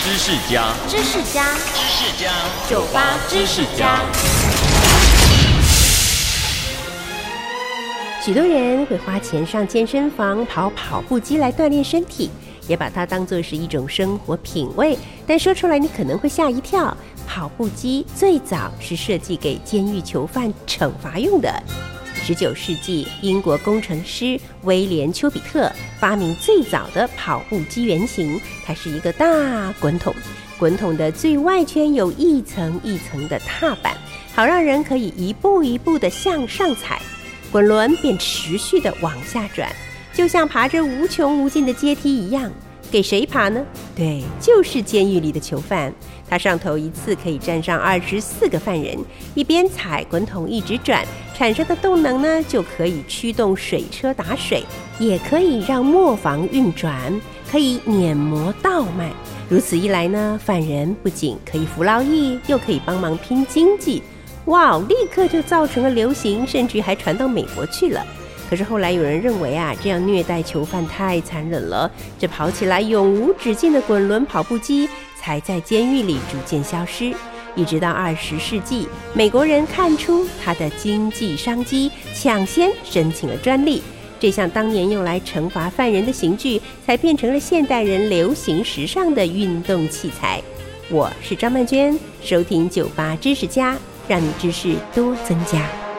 知识家， 知识家， 知识家， 酒吧知识家。 许多人会花钱上健身房跑步机来锻炼身体，也把它当作是一种生活品味。但说出来你可能会吓一跳，跑步机最早是设计给监狱囚犯惩罚用的。19世纪，英国工程师威廉·丘比特发明最早的跑步机原型，它是一个大滚筒，滚筒的最外圈有一层一层的踏板，好让人可以一步一步地向上踩，滚轮便持续地往下转，就像爬着无穷无尽的阶梯一样。给谁爬呢？对，就是监狱里的囚犯。它上头一次可以站上24个犯人，一边踩滚筒一直转，产生的动能呢，就可以驱动水车打水，也可以让磨坊运转，可以碾磨稻麦。如此一来呢，犯人不仅可以服劳役，又可以帮忙拼经济。哇，立刻就造成了流行，甚至还传到美国去了。可是后来有人认为这样虐待囚犯太残忍了，这跑起来永无止境的滚轮跑步机才在监狱里逐渐消失。一直到20世纪，美国人看出它的经济商机，抢先申请了专利。这项当年用来惩罚犯人的刑具，才变成了现代人流行时尚的运动器材。我是张曼娟，收听酒吧知识家，让你知识多增加。